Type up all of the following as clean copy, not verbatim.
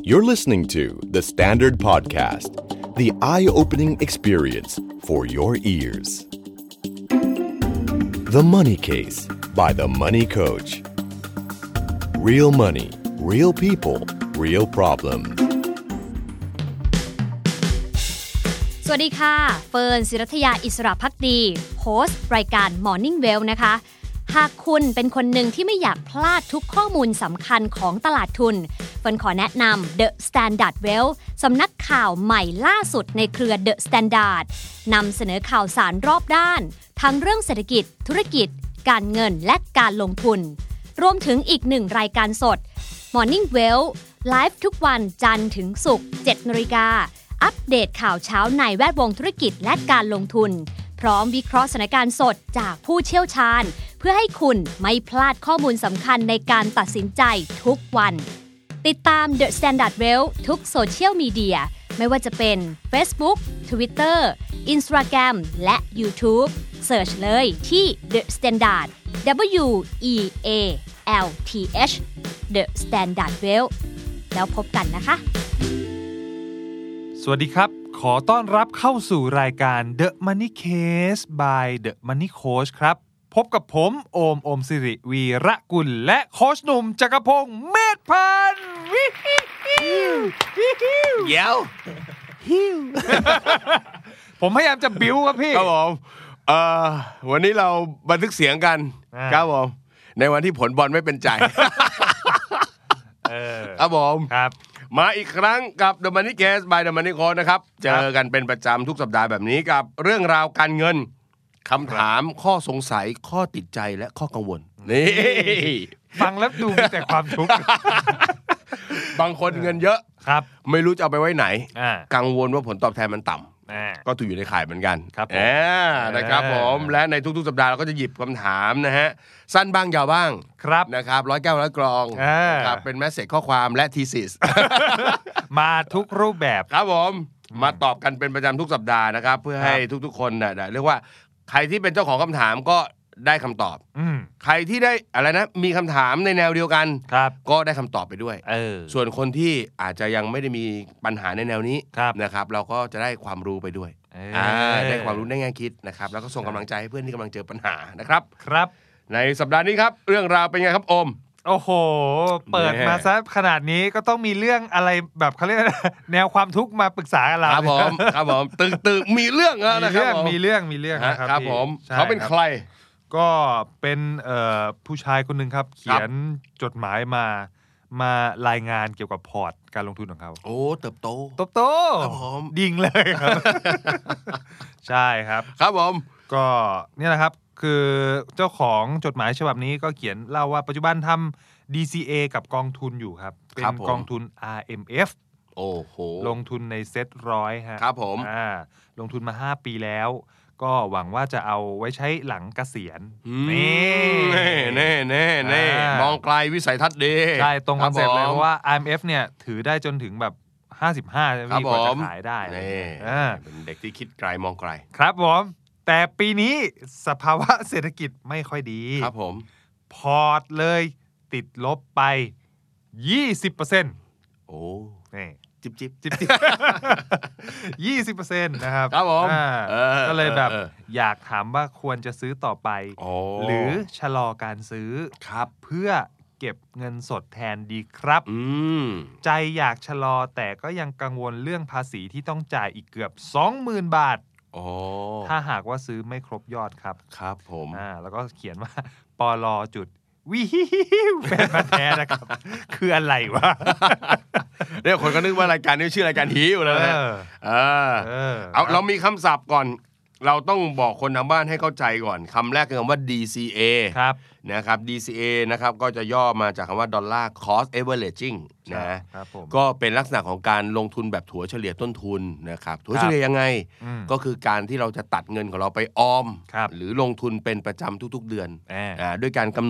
You're listening to The Standard Podcast, the eye-opening experience for your ears. The Money Case by The Money Coach. Real money, real people, real problem. สวัสดีค่ะเฟิร์นศิรัทยาอิสระภักดีโฮสต์รายการ Morning Well นะคะหากคุณเป็นคนหนึ่งที่ไม่อยากพลาดทุกข้อมูลสำคัญของตลาดทุนเฟิร์นขอแนะนำ The Standard Well สำนักข่าวใหม่ล่าสุดในเครือ The Standard นำเสนอข่าวสารรอบด้านทั้งเรื่องเศรษฐกิจธุรกิจการเงินและการลงทุนรวมถึงอีกหนึ่งรายการสด Morning Well ไลฟ์ทุกวันจันทร์ถึงศุกร์ 7:00 น.อัปเดตข่าวเช้าในแวดวงธุรกิจและการลงทุนพร้อมวิเคราะห์สถานการณ์สดจากผู้เชี่ยวชาญเพื่อให้คุณไม่พลาดข้อมูลสำคัญในการตัดสินใจทุกวันติดตาม The Standard Well ทุกโซเชียลมีเดียไม่ว่าจะเป็น Facebook Twitter Instagram และ YouTube เสิร์ชเลยที่ The Standard WEALTH The Standard Well แล้วพบกันนะคะสวัสดีครับขอต้อนรับเข้าสู่รายการ The Money Case by The Money Coach ครับพบกับผมโอมสิริวีระกุลและโค้ชหนุ่มจักรพงษ์เมธพันธ์เดี๋ยวผมพยายามจะบิ้วครับพี่ครับผมวันนี้เราบันทึกเสียงกันครับผมในวันที่ผลบอลไม่เป็นใจครับผมครับมาอีกครั้งกับ The Money Case by The Money Coach นะครับเจอกันเป็นประจำทุกสัปดาห์แบบนี้กับเรื่องราวการเงินคำถามข้อสงสัยข้อติดใจและข้อกังวลนี่ฟังแล้วดูมีแต่ความทุกข์บางคนเงินเยอะครับไม่รู้จะเอาไปไว้ไหนกังวลว่าผลตอบแทนมันต่ำก็ถูกอยู่ในข่ายเหมือนกันครับนะครับผมและในทุกๆสัปดาห์เราก็จะหยิบคำถามนะฮะสั้นบ้างยาวบ้างครับนะครับ100 แก้ว100 กรองครับเป็นแมสเสจข้อความและทีซิสมาทุกรูปแบบครับผมมาตอบกันเป็นประจำทุกสัปดาห์นะครับเพื่อให้ทุกๆคนน่ะเรียกว่าใครที่เป็นเจ้าของคำถามก็ได้คำตอบใครที่ได้อะไรนะมีคำถามในแนวเดียวกันก็ได้คำตอบไปด้วยส่วนคนที่อาจจะยังไม่ได้มีปัญหาในแนวนี้นะครับเราก็จะได้ความรู้ไปด้วยได้ความรู้ได้แง่คิดนะครับแล้วก็ส่งกำลังใจให้เพื่อนที่กำลังเจอปัญหานะครับครับในสัปดาห์นี้ครับเรื่องราวเป็นไงครับโอมโอ้โหเปิดมาซะขนาดนี้ก็ต้องมีเรื่องอะไรแบบเขาเรียกแนวความทุกข์มาปรึกษากันเราครับผมตึกมีเรื่องนะครับมีเรื่องครับผมเขาเป็นใครก็เป็นผู้ชายคนหนึ่งครับเขียนจดหมายมารายงานเกี่ยวกับพอร์ตการลงทุนของเขาโอ้เติบโตครับผมดิ่งเลยครับใช่ครับครับผมก็เนี่ยแหละครับคือเจ้าของจดหมายฉบับนี้ก็เขียนเล่าว่าปัจจุบันทำ DCA กับกองทุนอยู่ครับเป็นกองทุน RMF โอ้โหลงทุนในเซ็ต100 ครับผมลงทุนมา5ปีแล้วก็หวังว่าจะเอาไว้ใช้หลังเกษียณนี่มองไกลวิสัยทัศน์ดีใช่ตรงคอนเซ็ปต์เลยเพราะว่า IMF เนี่ยถือได้จนถึงแบบ55จะมีกว่าจะขายได้เป็นเด็กที่คิดไกลมองไกลครับผมแต่ปีนี้สภาวะเศรษฐกิจไม่ค่อยดีครับผมพอร์ตเลยติดลบไป 20% โอ้นี่จิ๊บ 20% นะครับครับผมก็เลยแบบอยากถามว่าควรจะซื้อต่อไปหรือชะลอการซื้อครับเพื่อเก็บเงินสดแทนดีครับใจอยากชะลอแต่ก็ยังกังวลเรื่องภาษีที่ต้องจ่ายอีกเกือบ 20,000 บาทถ้าหากว่าซื้อไม่ครบยอดครับครับผมแล้วก็เขียนว่าปลจุดวิวแฟนพันธุ์แท้นะครับคืออะไรวะเนี่ยคนก็นึกว่ารายการนี้ชื่อรายการฮิวแล้วนะเอาเรามีคำศัพท์ก่อนเราต้องบอกคนทางบ้านให้เข้าใจก่อนคำแรกคือคำว่า DCA ครับนะครับ DCA นะครับก็จะย่อมาจากคำว่า Dollar Cost Averaging นะก็เป็นลักษณะของการลงทุนแบบถัวเฉลี่ยต้นทุนนะครับถัวเฉลี่ยยังไงก็คือการที่เราจะตัดเงินของเราไปออมหรือลงทุนเป็นประจำทุกๆเดือนด้วยการกำหนด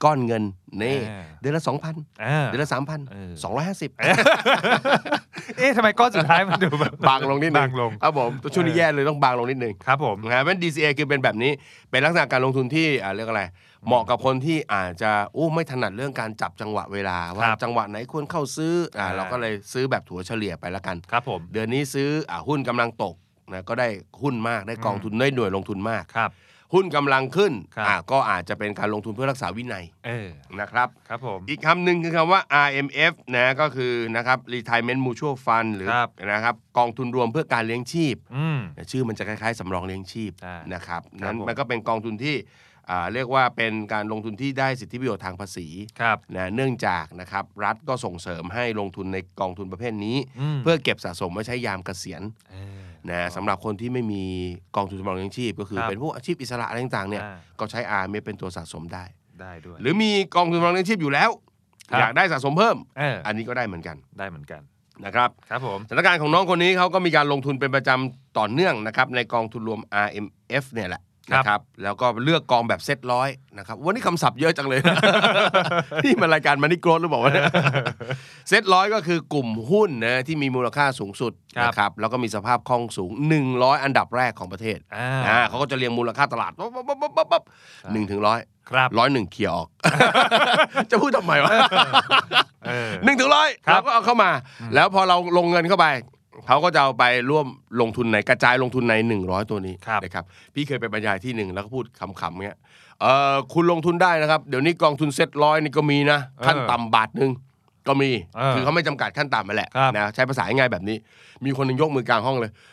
ก้อนเงินนี่เดือนละ 2,000 เดือนละ 3,000 250 ทำไมก้อนสุดท้ายมันดูแบบบางลงนิดนึงครับผมช่วงนี้แย่เลยต้องบางลงนิดนึงครับผมนะเพราะ DCA คือเป็นแบบนี้เป็นลักษณะการลงทุนที่เรียกอะไรเหมาะกับคนที่อาจจะไม่ถนัดเรื่องการจับจังหวะเวลาว่าจังหวะไหนควรเข้าซื้อเราก็เลยซื้อแบบถัวเฉลี่ยไปแล้วกันครับผมเดือนนี้ซื้อหุ้นกำลังตกนะก็ได้หุ้นมากได้กองทุนได้หน่วยลงทุนมากครับหุ้นกำลังขึ้นก็อาจจะเป็นการลงทุนเพื่อรักษาวินัยนะครับครับผมอีกคำหนึ่งคือคำว่า RMF นะก็คือนะครับ Retirement Mutual Fund หรือนะครับกองทุนรวมเพื่อการเลี้ยงชีพชื่อมันจะคล้ายๆสำรองเลี้ยงชีพนะครับนั้นมันก็เป็นกองทุนที่เรียกว่าเป็นการลงทุนที่ได้สิทธิประโยชน์ทางภาษีนะเนื่องจากนะครับรัฐก็ส่งเสริมให้ลงทุนในกองทุนประเภทนี้เพื่อเก็บสะสมไว้ใช้ยามเกษียณนะสำหรับคนที่ไม่มีกองทุนสำรองเลี้ยงชีพก็คือเป็นพวกอาชีพอิสระอะไรต่างๆเนี่ยก็ใช้ RMF เป็นตัวสะสมได้ด้วยหรือมีกองทุนสำรองเลี้ยงชีพอยู่แล้วอยากได้สะสมเพิ่มอันนี้ก็ได้เหมือนกันนะครับครับผมสถานการณ์ของน้องคนนี้เขาก็มีการลงทุนเป็นประจำต่อเนื่องนะครับในกองทุนรวม RMF เนี่ยแหละนะครับแล้วก็เลือกกองแบบเซ็ตร้อยนะครับวันนี้คำศัพท์เยอะจังเลยนะ นี่มันรายการมันนี่โกรธหรือเปล่าวะเซ็ตร้อยก็คือกลุ่มหุ้นนะที่มีมูลค่าสูงสุดนะครับแล้วก็มีสภาพคล่องสูง100อันดับแรกของประเทศเขาก็จะเรียงมูลค่าตลาดปั๊บ1 ถึง 100 101เคลียร์ออก จะพูดทำไมวะ 1 ถึง 100เราก็เอาเข้ามาแล้วพอเราลงเงินเข้าไปเขาก็จะเอาไปร่วมลงทุนในกระจายลงทุนใน100ตัวนี้นะครับพี่เคยไปบรรยายที่หนึ่งแล้วก็พูดขำๆเงี้ยคุณลงทุนได้นะครับเดี๋ยวนี้กองทุนเซ็ตร้อยนี่ก็มีนะขั้นต่ำบาทนึงก็มีคือเขาไม่จำกัดขั้นต่ำมาแหละนะใช้ภาษาง่ายแบบนี้มีคนหนึ่งยกมือกลางห้องเลย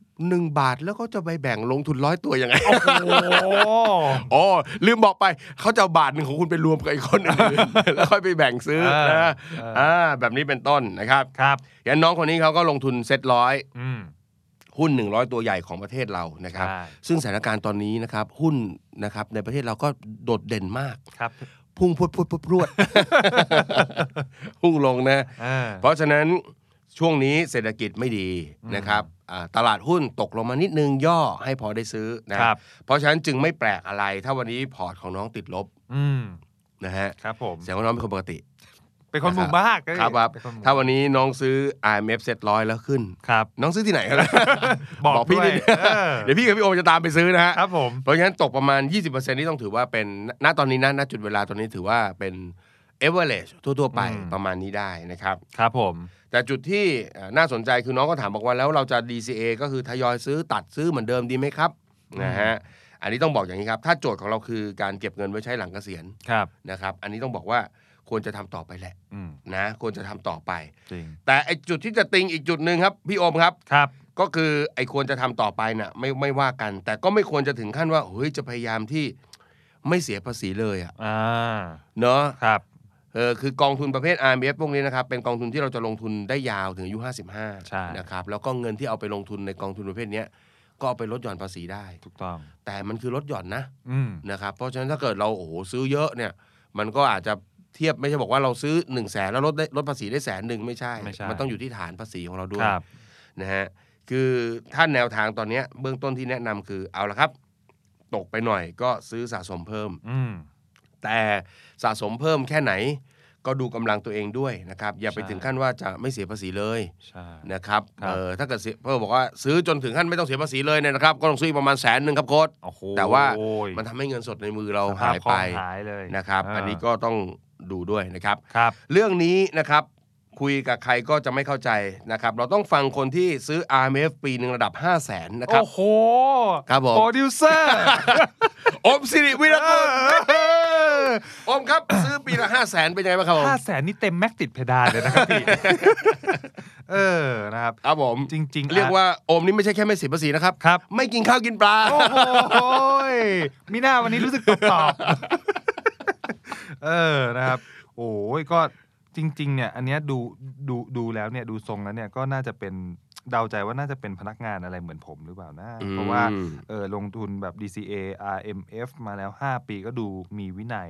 1 บาทแล้วก็จะไปแบ่งลงทุน100ตัวยังไงโอ้ลืมบอกไปเขาจะเอาบาทนึงของคุณไปรวมกับอีกคนอื่นแล้วค่อยไปแบ่งซื้อนะแบบนี้เป็นต้นนะครับอย่างน้องคนนี้เขาก็ลงทุนเซ็ตร้อยหุ้น100ตัวใหญ่ของประเทศเรานะครับซึ่งสถานการณ์ตอนนี้นะครับหุ้นนะครับในประเทศเราก็โดดเด่นมากพุ่งพรวดพุ่งลงนะเพราะฉะนั้นช่วงนี้เศรษฐกิจไม่ดีนะครับตลาดหุ้นตกลงมานิดนึงย่อให้พอได้ซื้อนะเพราะฉะนั้นจึงไม่แปลกอะไรถ้าวันนี้พอร์ตของน้องติดลบนะฮะครับผมแสดงว่าน้องเป็นคนปกติเป็นคนหมู่มากครับถ้าวันนี้น้องซื้อ IMF เซ็ตร้อยแล้วขึ้นน้องซื้อที่ไหนครับบอกพี่นิดเดี๋ยวพี่กับพี่โอจะตามไปซื้อนะฮะครับผมเพราะฉะนั้นตกประมาณ 20% นี่ต้องถือว่าเป็นณตอนนี้ณจุดเวลาตอนนี้ถือว่าเป็น average ทั่วๆไปประมาณนี้ได้นะครับครับผมแต่จุดที่น่าสนใจคือน้องก็ถามบอกว่าแล้วเราจะ DCA ก็คือทยอยซื้อตัดซื้อเหมือนเดิมดีไหมครับนะฮะอันนี้ต้องบอกอย่างนี้ครับถ้าโจทย์ของเราคือการเก็บเงินไว้ใช้หลังเกษียณนะครับอันนี้ต้องบอกว่าควรจะทำต่อไปแหละนะควรจะทำต่อไปแต่ไอจุดที่จะติงอีกจุดนึงครับพี่โอมครับก็คือไอควรจะทำต่อไปน่ะไม่ว่ากันแต่ก็ไม่ควรจะถึงขั้นว่าเฮ้ยจะพยายามที่ไม่เสียภาษีเลยอ่ะเนาะคือกองทุนประเภท RMF พวกนี้นะครับเป็นกองทุนที่เราจะลงทุนได้ยาวถึงอายุ55นะครับแล้วก็เงินที่เอาไปลงทุนในกองทุนประเภทนี้ก็เอาไปลดหย่อนภาษีได้ถูกต้องแต่มันคือลดหย่อนนะครับเพราะฉะนั้นถ้าเกิดเราซื้อเยอะเนี่ยมันก็อาจจะเทียบไม่ใช่บอกว่าเราซื้อ100,000แล้วลดภาษีได้100,000ไม่ใช่มันต้องอยู่ที่ฐานภาษีของเราด้วยนะฮะคือถ้าแนวทางตอนนี้เบื้องต้นที่แนะนำคือเอาละครับตกไปหน่อยก็ซื้อสะสมเพิ่มแต่สะสมเพิ่มแค่ไหนก็ดูกำลังตัวเองด้วยนะครับอย่าไปถึงขั้นว่าจะไม่เสียภาษีเลยนะครับถ้าเกิดเพิ่มบอกว่าซื้อจนถึงขั้นไม่ต้องเสียภาษีเลยเนี่ยนะครับก็ต้องซื้อประมาณ100,000ครับโค้ชแต่ว่ามันทำให้เงินสดในมือเราหายไปนะครับอันนี้ก็ต้องดูด้วยนะครับเรื่องนี้นะครับคุยกับใครก็จะไม่เข้าใจนะครับเราต้องฟังคนที่ซื้อ RMF ปีนึงระดับ 500,000 นะครับโอ้โหครับผมโปรดิวเซอร์อมสิริวิรกุลอมครับซื้อปีละ 500,000 เป็นยังไงบ้างครับผม 500,000 นี่เต็มแม็กติดเพดานเลยนะครับพี่นะครับครับผมจริงๆเรียกว่าอมนี่ไม่ใช่แค่ไม่เสียภาษีนะครับไม่กินข้าวกินปลาโอ้โหมีหน้าวันนี้รู้สึกตอบนะครับโอ้ยก็จริงๆเนี่ยอันเนี้ยดูแล้วเนี่ยดูทรงแล้วเนี่ยก็น่าจะเป็นเดาใจว่าน่าจะเป็นพนักงานอะไรเหมือนผมหรือเปล่านะเพราะว่าลงทุนแบบ DCA RMF มาแล้ว5ปีก็ดูมีวินัย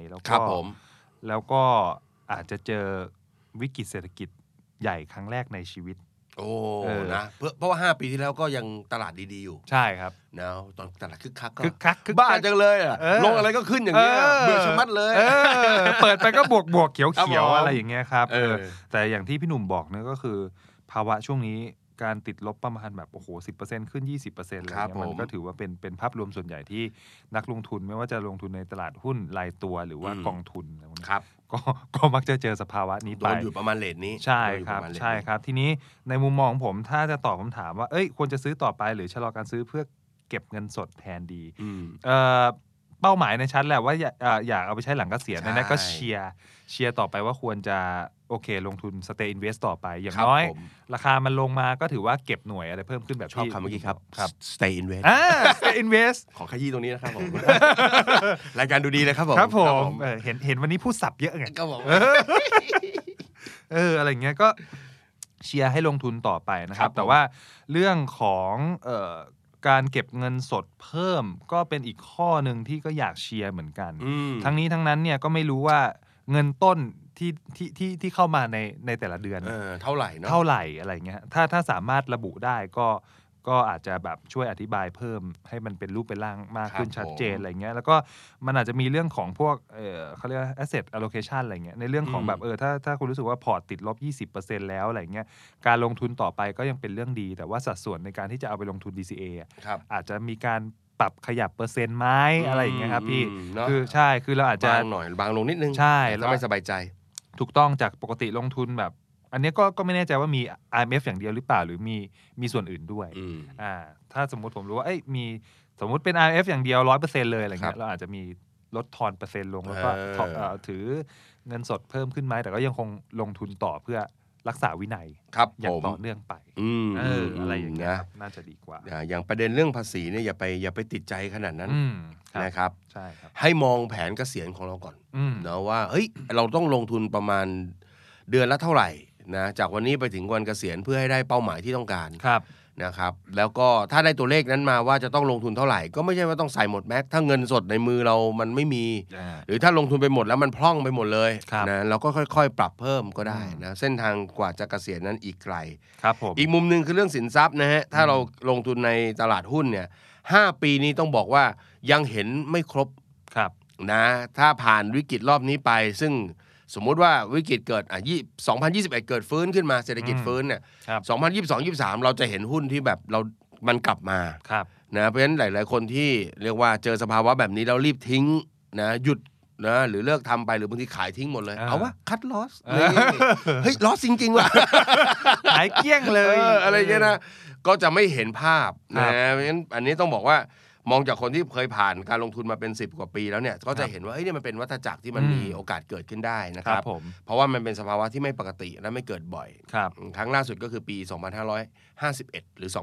แล้วก็อาจจะเจอวิกฤตเศรษฐกิจใหญ่ครั้งแรกในชีวิตโอ้นะเพราะว่า5ปีที่แล้วก็ยังตลาดดีๆอยู่ใช่ครับนะตอนตลาดคึกคักบ้าจังเลยอ่ะลงอะไรก็ขึ้นอย่างเงี้ยเบื่อชะมัดเลยเปิดไปก็บวกเขียวอะไรอย่างเงี้ยครับแต่อย่างที่พี่หนุ่มบอกเนี่ยก็คือภาวะช่วงนี้การติดลบประมาณแบบโอ้โห 10% ขึ้น 20% อะไรเงี้ยมันก็ถือว่าเป็นภาพรวมส่วนใหญ่ที่นักลงทุนไม่ว่าจะลงทุนในตลาดหุ้นรายตัวหรือว่ากองทุนครับก็มักจะเจอสภาวะนี้ไปโดนอยู่ประมาณเรทนี้ใช่ครับทีนี้ในมุมมองของผมถ้าจะตอบคำถามว่าควรจะซื้อต่อไปหรือชะลอการซื้อเพื่อเก็บเงินสดแทนดีเป้าหมายในชั้นแหละว่าอยากเอาไปใช้หลังเกษียณนั่นก็เชียร์ต่อไปว่าควรจะโอเคลงทุน stay invest ต่อไปอย่างน้อยราคามันลงมาก็ถือว่าเก็บหน่วยอะไรเพิ่มขึ้นแบบชอบคำเมื่อกี้ครับ stay invest stay invest ขอขยี้ตรงนี้นะครับผม รายการดูดีเลยครับผมครับผมเห็นวันนี้พูดสับเยอะไงครับผมอะไรเงี้ยก็เชียร์ให้ลงทุนต่อไปนะครับแต่ว่าเรื่องของการเก็บเงินสดเพิ่มก็เป็นอีกข้อนึงที่ก็อยากเชียร์เหมือนกันทั้งนี้ทั้งนั้นเนี่ยก็ไม่รู้ว่าเงินต้นที่เข้ามาในแต่ละเดือนเท่าไหร่เนาะเท่าไหร่อะไรเงี้ยถ้าสามารถระบุได้ก็อาจจะแบบช่วยอธิบายเพิ่มให้มันเป็นรูปเป็นร่างมากขึ้นชัดเจนอะไรเงี้ยแล้วก็มันอาจจะมีเรื่องของพวกเขาเรียกว่า asset allocation อะไรเงี้ยในเรื่องของแบบถ้าคุณรู้สึกว่าพอร์ตติดลบ 20% แล้วอะไรเงี้ยการลงทุนต่อไปก็ยังเป็นเรื่องดีแต่ว่าสัดส่วนในการที่จะเอาไปลงทุน DCA อาจจะมีการปรับขยับเปอร์เซ็นต์ไหมอะไรอย่างเงี้ยครับพี่คือใช่คือเราอาจจะบางหน่อยบางลงนิดนึงใช่แล้วไม่สบายใจถูกต้องจากปกติลงทุนแบบอันนี้ก็ไม่แน่ใจว่ามี IMF อย่างเดียวหรือเปล่าหรือมีส่วนอื่นด้วยถ้าสมมุติผมรู้ว่ามีสมมุติเป็น IMF อย่างเดียว 100% เลยอะไรเงี้ยเราอาจจะมีลดทอนเปอร์เซ็นต์ลงแล้วก็ถือเงินสดเพิ่มขึ้นไหมแต่ก็ยังคงลงทุนต่อเพื่อรักษาวินัยอย่างต่อเนื่องไปอะไรอย่างเงี้ยน่าจะดีกว่าอย่างประเด็นเรื่องภาษีเนี่ยอย่าไปติดใจขนาดนั้นนะครับใช่ครับให้มองแผนเกษียณของเราก่อนนะว่าเฮ้ยเราต้องลงทุนประมาณเดือนละเท่าไหร่นะจากวันนี้ไปถึงวันเกษียณเพื่อให้ได้เป้าหมายที่ต้องการนะครับแล้วก็ถ้าได้ตัวเลขนั้นมาว่าจะต้องลงทุนเท่าไหร่ก็ไม่ใช่ว่าต้องใส่หมดแม็กถ้าเงินสดในมือเรามันไม่มีหรือถ้าลงทุนไปหมดแล้วมันพร่องไปหมดเลยนะเราก็ค่อยๆปรับเพิ่มก็ได้นะเส้นทางกว่าจะเกษียณนั้นอีกไกลครับผมอีกมุมนึงคือเรื่องสินทรัพย์นะฮะถ้าเราลงทุนในตลาดหุ้นเนี่ย5 ปีนี้ต้องบอกว่ายังเห็นไม่ครบนะถ้าผ่านวิกฤตรอบนี้ไปซึ่งสมมุติว่าวิกฤตเกิด2021เกิดฟื้นขึ้นมาเศรษฐกิจฟื้นเนี่ย2022-23เราจะเห็นหุ้นที่แบบมันกลับมานะเพราะฉะนั้นหลายๆคนที่เรียกว่าเจอสภาวะแบบนี้แล้วรีบทิ้งนะหยุดนะหรือเลิกทำไปหรือบางทีขายทิ้งหมดเลยเอาวะคัทลอสเฮ้ยลอสจริงๆว่ะหายเกลี้ยงเลยอะไรเงี้ยนะก็จะไม่เห็นภาพนะเพราะฉะนั้นอันนี้ต้องบอกว่ามองจากคนที่เคยผ่านการลงทุนมาเป็น10 กว่าปีแล้วเนี่ยก็จะเห็นว่าเนี่ยมันเป็นวัฏจักรที่มันมีโอกาสเกิดขึ้นได้นะครับเพราะว่ามันเป็นสภาวะที่ไม่ปกติและไม่เกิดบ่อยครั้งล่าสุดก็คือปี2551หรือ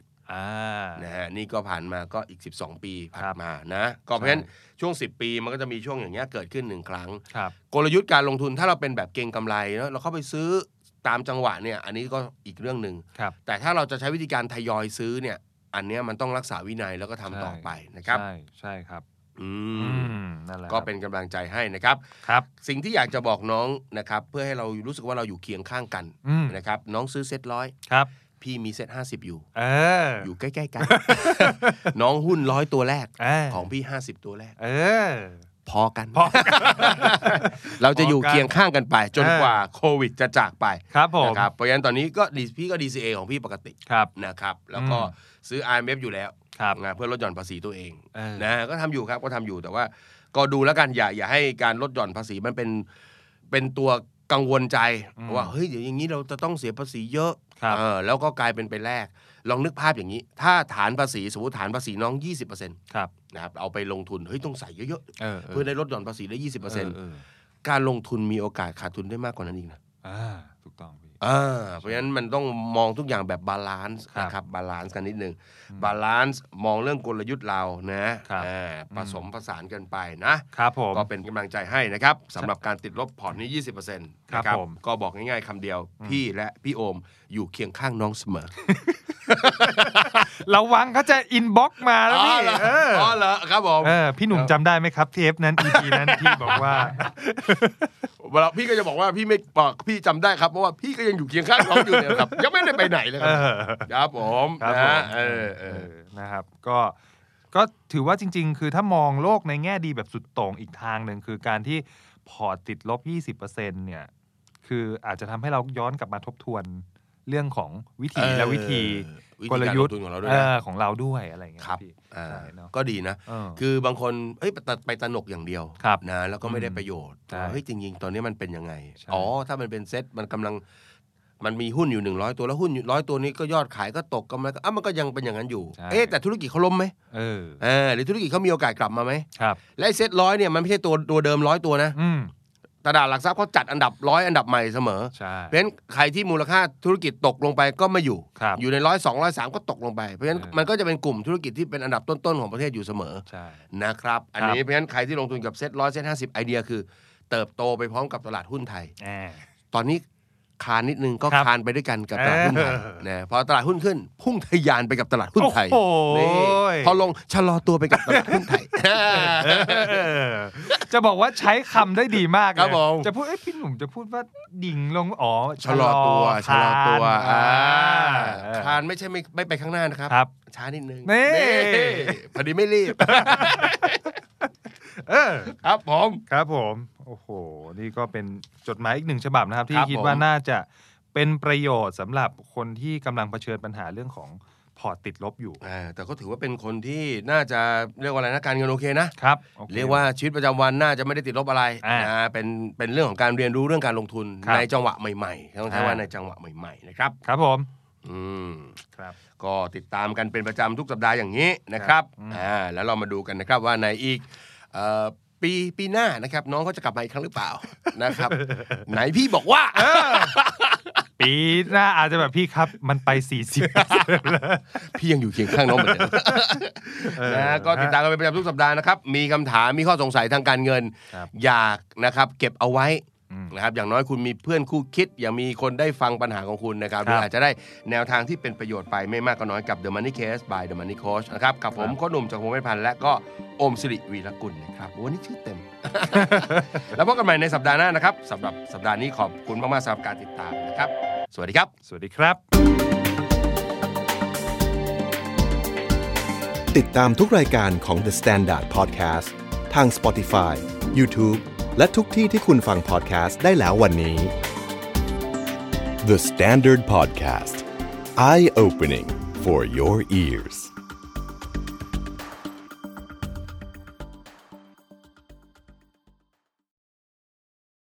2008นะฮะนี่ก็ผ่านมาก็อีก12 ปีผ่านมานะก็เพราะฉะนั้นช่วง10 ปีมันก็จะมีช่วงอย่างเงี้ยเกิดขึ้น1 ครั้งกลยุทธ์การลงทุนถ้าเราเป็นแบบเก็งกำไรเนาะเราเข้าไปซื้อตามจังหวะเนี่ยอันนี้ก็อีกเรื่องนึงแต่ถ้าเราจะใช้วิธีการทยอยซื้อเนี่ยอันนี้มันต้องรักษาวินัยแล้วก็ทำต่อไปนะครับใช่ครับนั่นแหละก็เป็นกำลังใจให้นะครับสิ่งที่อยากจะบอกน้องนะครับเพื่อให้เรารู้สึกว่าเราอยู่เคียงข้างกันนะครับน้องซื้อเซ็ต100พี่มีเซ็ต50อยู่อยู่ใกล้ๆกันน้องหุ้น100 ตัวแรกของพี่50 ตัวแรกพอกันเราจะอยู่เคียงข้างกันไปจนกว่าโควิดจะจากไปนะครับเพราะฉะนั้นตอนนี้ก็พี่ก็ DCA ของพี่ปกตินะครับแล้วก็ซื้อ IMF อยู่แล้วเพื่อลดหย่อนภาษีตัวเองนะก็ทำอยู่ครับก็ทำอยู่แต่ว่าก็ดูแล้วกันอย่าให้การลดหย่อนภาษีมันเป็นตัวกังวลใจว่าเฮ้ยเดี๋ยวอย่างนี้เราจะต้องเสียภาษีเยอะแล้วก็กลายเป็นไปแลกลองนึกภาพอย่างนี้ถ้าฐานภาษีสมมติฐานภาษีน้อง 20% นะครับเอาไปลงทุนเฮ้ยต้องใส่เยอะๆเพื่อได้ลดหย่อนภาษีได้ 20% การลงทุนมีโอกาสขาดทุนได้มากกว่านั้นอีกนะถูกต้องเพราะฉะนั้นมันต้องมองทุกอย่างแบบบาลานซ์นะครับบาลานซ์กันนิดนึงบาลานซ์มองเรื่องกลยุทธ์เรานะผสมผสานกันไปนะครับก็เป็นกำลังใจให้นะครับสำหรับการติดลบพอร์ตนี้ 20% นะครับก็บอกง่ายๆคำเดียวพี่และพี่โอมอยู่เคียงข้างน้องเสมอระวังเขาจะอินบ็อกซ์มาแล้วพี่เหรอครับผมพี่หนุ่มจำได้ไหมครับเทปนั้น EP นั้นที่บอกว่าเวลาพี่ก็จะบอกว่าพี่ไม่บอกพี่จำได้ครับเพราะว่าพี่ก็ยังอยู่เคียงข้างน้องอยู่เนี่ยครับยังไม่ได้ไปไหนเลยครับผมนะนะครับก็ถือว่าจริงๆคือถ้ามองโลกในแง่ดีแบบสุดโต่งอีกทางหนึ่งคือการที่พอร์ตติดลบ 20% เนี่ยคืออาจจะทำให้เราย้อนกลับมาทบทวนเรื่องของวิธีและวิธีกลยุทธ์ของเราด้วยอะไรอย่างเงี้ยครับก็ดีนะคือบางคนไปตระหนกอย่างเดียวนะแล้วก็ไม่ได้ประโยชน์เฮ้ยจริงๆตอนนี้มันเป็นยังไงถ้ามันเป็นเซ็ตมันมีหุ้นอยู่100ตัวแล้วหุ้น100ตัวนี้ก็ยอดขายก็ตกกำไรก็มันก็ยังเป็นอย่างนั้นอยู่แต่ธุรกิจเขาล้มไหมหรือธุรกิจเขามีโอกาสกลับมาไหมและเซ็ต100เนี่ยมันไม่ใช่ตัวเดิม100ตัวนะตลาดหลักทรัพย์เขาจัดอันดับ100อันดับใหม่เสมอเพราะฉะนั้นใครที่มูลค่าธุรกิจตกลงไปก็ไม่อยู่ใน100 200 3ก็ตกลงไปเพราะฉะนั้นมันก็จะเป็นกลุ่มธุรกิจที่เป็นอันดับต้นๆของประเทศอยู่เสมอนะครับอันนี้เพราะฉะนั้นใครที่ลงทุนกับเซ็ต100เซ็ต50ไอเดียคือเติบโตไปพร้อมกับตลาดหุ้นไทยตอนนี้คานนิดนึงก็คานไปด้วยกันกับตลาดหุ้นไทยนะพอตลาดหุ้นขึ้นพุ่งทะยานไปกับตลาดหุ้นไทยพอลงชะลอตัวไปกับตลาดหุ้นไทยจะบอกว่าใช้คำได้ดีมากเลยจะพูดพี่หนุ่มจะพูดว่าดิ่งลงชะลอตัวคานไม่ใช่ไม่ไปข้างหน้านะครับช้านิดนึงพอดีไม่รีบครับผมโอ้โหนี่ก็เป็นจดหมายอีก1ฉบับนะครับที่คิดว่าน่าจะเป็นประโยชน์สำหรับคนที่กำลังเผชิญปัญหาเรื่องของพอร์ตติดลบอยู่แต่ก็ถือว่าเป็นคนที่น่าจะเรียกว่าอะไรนะการเงินโอเคนะครับเรียกว่าชีวิตประจำวันน่าจะไม่ได้ติดลบอะไรนะเป็นเรื่องของการเรียนรู้เรื่องการลงทุนในจังหวะใหม่ๆต้องใช้ว่าในจังหวะใหม่ๆนะครับครับผมครับก็ติดตามกันเป็นประจำทุกสัปดาห์อย่างนี้นะครับแล้วเรามาดูกันนะครับว่าในอีกปีหน้านะครับน้องเขาจะกลับมาอีกครั้งหรือเปล่านะครับไหนพี่บอกว่าปีหน้าอาจจะแบบพี่ครับมันไป40 พี่ยังอยู่เคียงข้างน้องเหมือนเดิมนะก็ติดตามกันเป็นประจำทุกสัปดาห์นะครับมีคำถามมีข้อสงสัยทางการเงินอยากนะครับเก็บเอาไว้นะครับอย่างน้อยคุณมีเพื่อนคู่คิดอย่ามีคนได้ฟังปัญหาของคุณนะครับหรืออาจจะได้แนวทางที่เป็นประโยชน์ไปไม่มากก็น้อยกับ The Money Case by The Money Coach นะครับกับผมโค้ชหนุ่มจากวงเวชพันธ์และก็โอมสิริวีรกุลนะครับวันนี้ชื่อเต็ม แล้วพบกันใหม่ในสัปดาห์หน้านะครับสำหรับสัปดาห์นี้ขอบคุณมากๆสำหรับการติดตามนะครับสวัสดีครับสวัสดีครับติดตามทุกรายการของ The Standard Podcast ทาง Spotify, YouTubeและทุกที่ที่คุณฟัง podcast ได้แล้ววันนี้ The Standard Podcast Eye Opening for your ears